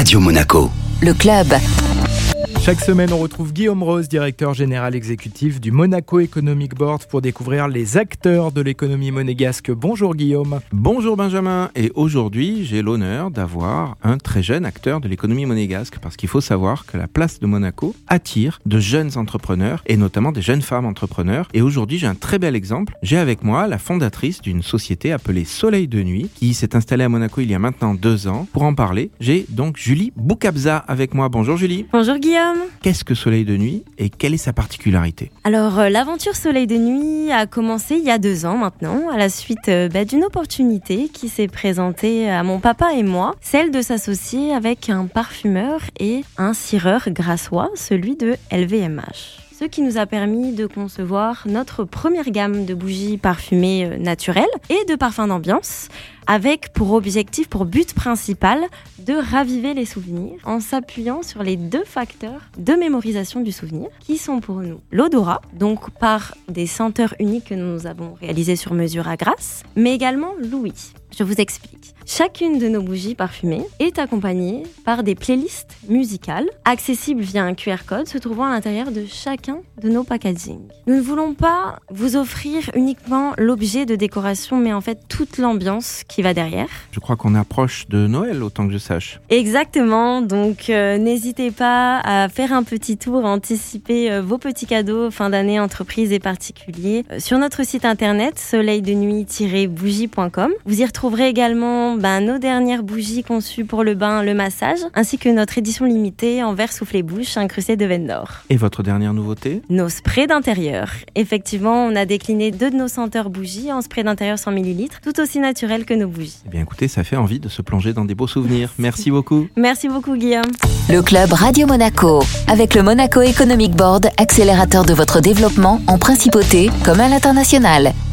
Radio Monaco. Le club. Chaque semaine, on retrouve Guillaume Rose, directeur général exécutif du Monaco Economic Board, pour découvrir les acteurs de l'économie monégasque. Bonjour Guillaume. Bonjour Benjamin, et aujourd'hui j'ai l'honneur d'avoir un très jeune acteur de l'économie monégasque, parce qu'il faut savoir que la place de Monaco attire de jeunes entrepreneurs, et notamment des jeunes femmes entrepreneurs. Et aujourd'hui j'ai un très bel exemple. J'ai avec moi la fondatrice d'une société appelée Soleil de Nuit, qui s'est installée à Monaco il y a maintenant 2 ans. Pour en parler, j'ai donc Julie Boukabza avec moi. Bonjour Julie. Bonjour Guillaume. Qu'est-ce que Soleil de Nuit et quelle est sa particularité ? Alors l'aventure Soleil de Nuit a commencé il y a 2 ans maintenant, à la suite d'une opportunité qui s'est présentée à mon papa et moi, celle de s'associer avec un parfumeur et un cireur grassois, celui de LVMH. Ce qui nous a permis de concevoir notre première gamme de bougies parfumées naturelles et de parfums d'ambiance, avec pour objectif, pour but principal, de raviver les souvenirs en s'appuyant sur les 2 facteurs de mémorisation du souvenir, qui sont pour nous l'odorat, donc par des senteurs uniques que nous avons réalisées sur mesure à Grasse, mais également l'ouïe. Je vous explique. Chacune de nos bougies parfumées est accompagnée par des playlists musicales accessibles via un QR code se trouvant à l'intérieur de chacun de nos packaging. Nous ne voulons pas vous offrir uniquement l'objet de décoration, mais en fait toute l'ambiance qui va derrière. Je crois qu'on approche de Noël, autant que je sache. Exactement, donc n'hésitez pas à faire un petit tour, à anticiper vos petits cadeaux fin d'année entreprises et particuliers sur notre site internet soleildenuit-bougie.com. Vous y retrouverez également nos dernières bougies conçues pour le bain, le massage, ainsi que notre édition limitée en verre soufflé-bouche incrusté de veine d'or. Et votre dernière nouveauté ? Nos sprays d'intérieur. Effectivement, on a décliné 2 de nos senteurs bougies en spray d'intérieur 100 ml, tout aussi naturel que nos bougies. Eh bien écoutez, ça fait envie de se plonger dans des beaux souvenirs. Merci beaucoup. Merci beaucoup Guillaume. Le club Radio Monaco, avec le Monaco Economic Board, accélérateur de votre développement en principauté comme à l'international.